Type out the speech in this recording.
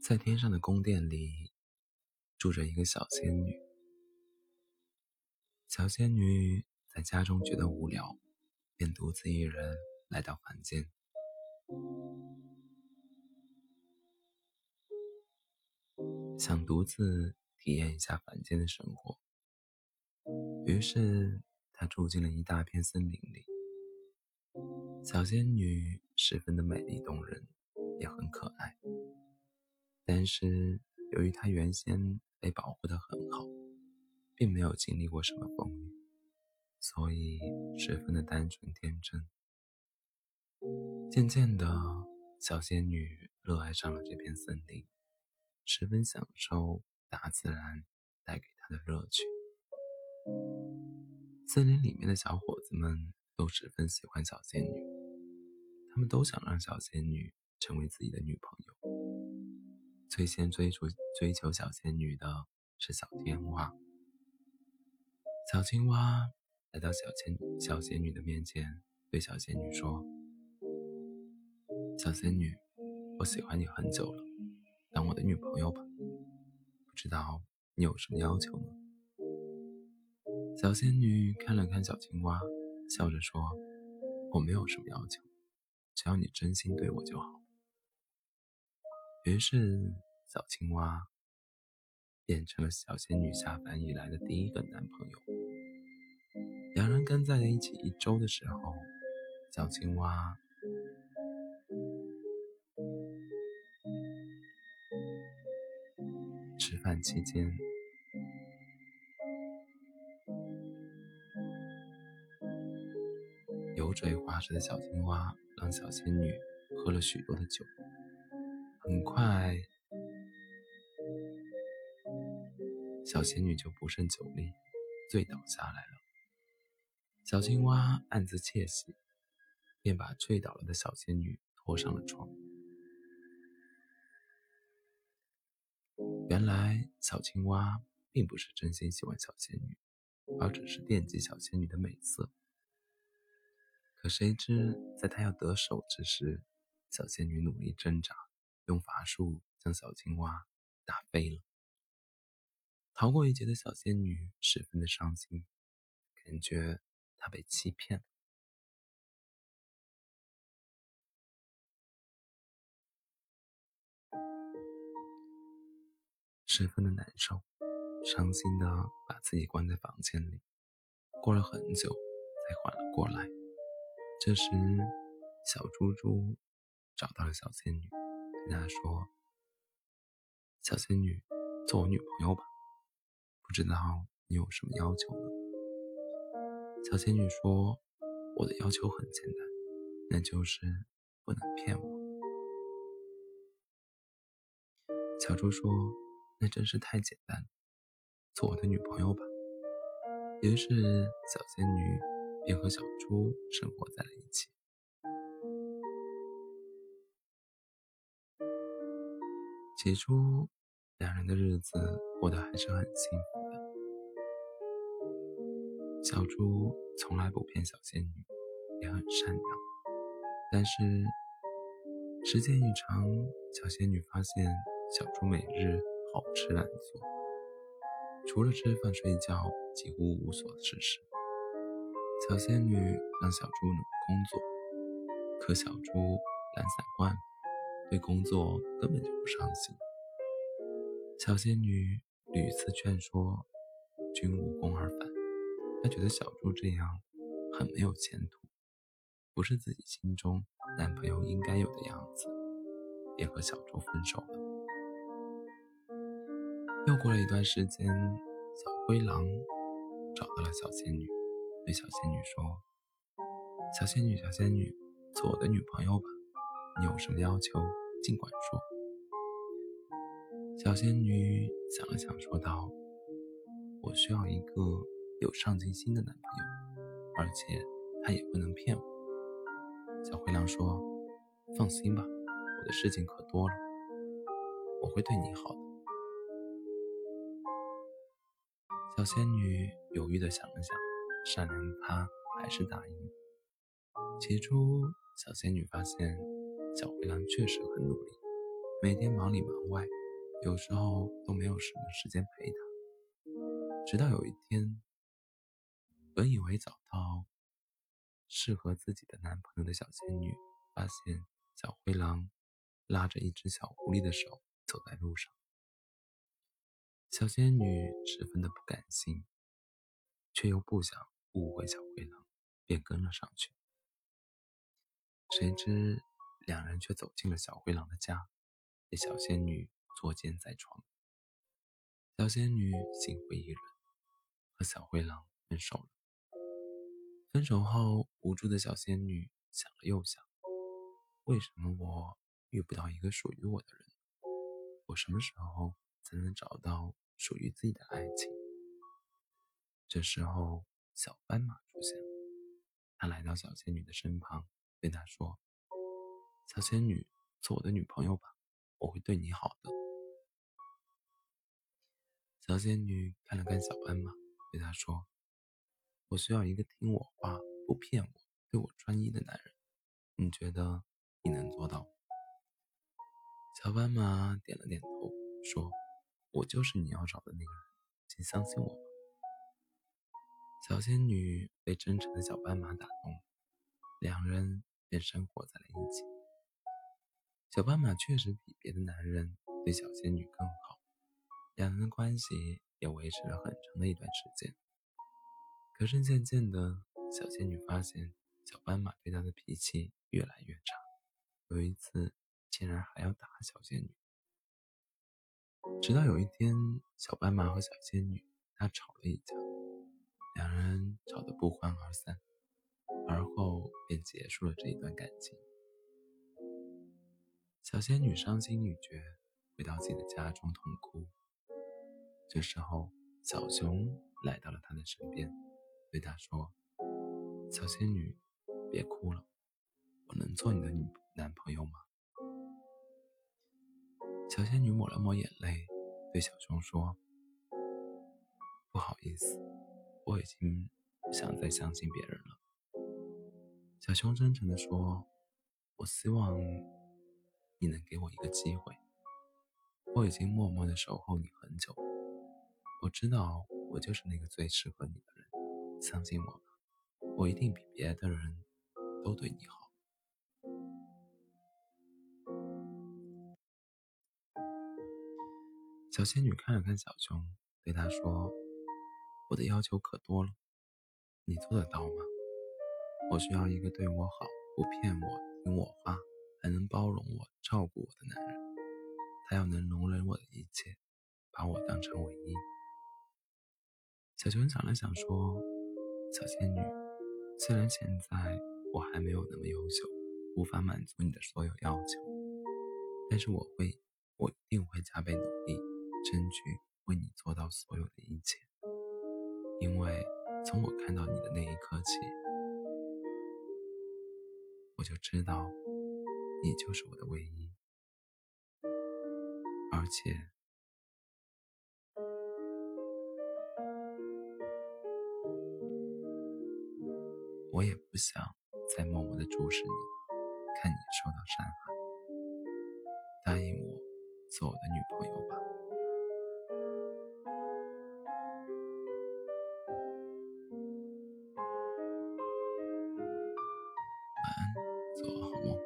在天上的宫殿里住着一个小仙女。小仙女在家中觉得无聊，便独自一人来到凡间。想独自体验一下凡间的生活，于是她住进了一大片森林里。小仙女十分的美丽动人，也很可爱，但是由于她原先被保护得很好，并没有经历过什么风雨，所以十分的单纯天真。渐渐的，小仙女热爱上了这片森林，十分享受大自然带给她的乐趣。森林里面的小伙子们都十分喜欢小仙女，他们都想让小仙女成为自己的女朋友。最先追求小仙女的是小青蛙。小青蛙来到小仙女的面前，对小仙女说：小仙女，我喜欢你很久了，当我的女朋友吧，不知道你有什么要求呢？小仙女看了看小青蛙，笑着说：我没有什么要求，只要你真心对我就好。于是小青蛙变成了小仙女下凡以来的第一个男朋友。两人刚在一起1周的时候，小青蛙吃饭期间，油嘴滑舌的小青蛙让小仙女喝了许多的酒。很快，小仙女就不胜酒力，醉倒下来了。小青蛙暗自窃喜，便把醉倒了的小仙女拖上了床。原来小青蛙并不是真心喜欢小仙女，而只是惦记小仙女的美色。可谁知在她要得手之时，小仙女努力挣扎，用法术将小青蛙打飞了。逃过一劫的小仙女十分的伤心，感觉她被欺骗了。十分的难受，伤心的把自己关在房间里，过了很久才缓了过来。这时小猪猪找到了小仙女，对她说：小仙女，做我女朋友吧，不知道你有什么要求呢？小仙女说：我的要求很简单，那就是不能骗我。小猪说：那真是太简单了，做我的女朋友吧。于是小仙女便和小猪生活在了一起。起初两人的日子过得还是很幸福的。小猪从来不骗小仙女，也很善良。但是时间一长，小仙女发现小猪每日好吃懒做，除了吃饭睡觉几乎无所事事。小仙女让小猪努力工作，可小猪懒散惯了，对工作根本就不上心。小仙女屡次劝说，均无功而返。她觉得小猪这样很没有前途，不是自己心中男朋友应该有的样子，便和小猪分手了。又过了一段时间，小灰狼找到了小仙女，对小仙女说：小仙女，小仙女，做我的女朋友吧，你有什么要求尽管说。小仙女想了想说道：我需要一个有上进心的男朋友，而且他也不能骗我。小灰狼说：放心吧，我的事情可多了，我会对你好的。小仙女犹豫地想了想，善良的她还是答应了。起初小仙女发现小灰狼确实很努力，每天忙里忙外， 有时候都没有什么时间陪她。直到有一天，本以为找到适合自己的男朋友的小仙女，发现小灰狼拉着一只小狐狸的手走在路上。小仙女十分的不甘心，却又不想误会小灰狼，便跟了上去。谁知两人却走进了小灰狼的家，被小仙女捉奸在床。小仙女心灰意冷，和小灰狼分手了。分手后，无助的小仙女想了又想，为什么我遇不到一个属于我的人？我什么时候才能找到属于自己的爱情？这时候，小斑马出现了。他来到小仙女的身旁，对她说：小仙女，做我的女朋友吧，我会对你好的。小仙女看了看小斑马，对他说：我需要一个听我话、不骗我、对我专一的男人，你觉得你能做到吗？小斑马点了点头，说：我就是你要找的那个人，请相信我吧。小仙女被真诚的小斑马打动了，两人便生活在了一起。小斑马确实比别的男人对小仙女更好，两人的关系也维持了很长的一段时间。可是渐渐的，小仙女发现小斑马对她的脾气越来越差，有一次竟然还要打小仙女。直到有一天，小斑马和小仙女吵了一架，两人吵得不欢而散，而后便结束了这一段感情。小仙女伤心欲绝，回到自己的家中痛哭。这时候，小熊来到了她的身边，对她说：小仙女，别哭了，我能做你的男朋友吗？小仙女抹了抹眼泪，对小熊说：不好意思，我已经不想再相信别人了。小熊真诚地说：我希望你能给我一个机会，我已经默默地守候你很久了，我知道我就是那个最适合你的人，相信我吧，我一定比别的人都对你好。小仙女看了看小熊，对他说：我的要求可多了，你做得到吗？我需要一个对我好、不骗我、听我话，还能包容我、照顾我的男人。他要能容忍我的一切，把我当成唯一。小熊想了想说：小仙女，虽然现在我还没有那么优秀，无法满足你的所有要求，但是我一定会加倍努力，争取为你做到所有的一切。因为从我看到你的那一刻起，我就知道你就是我的唯一，而且我也不想再默默地注视你，看你受到伤害。答应我做我的女朋友吧。晚安，做好梦。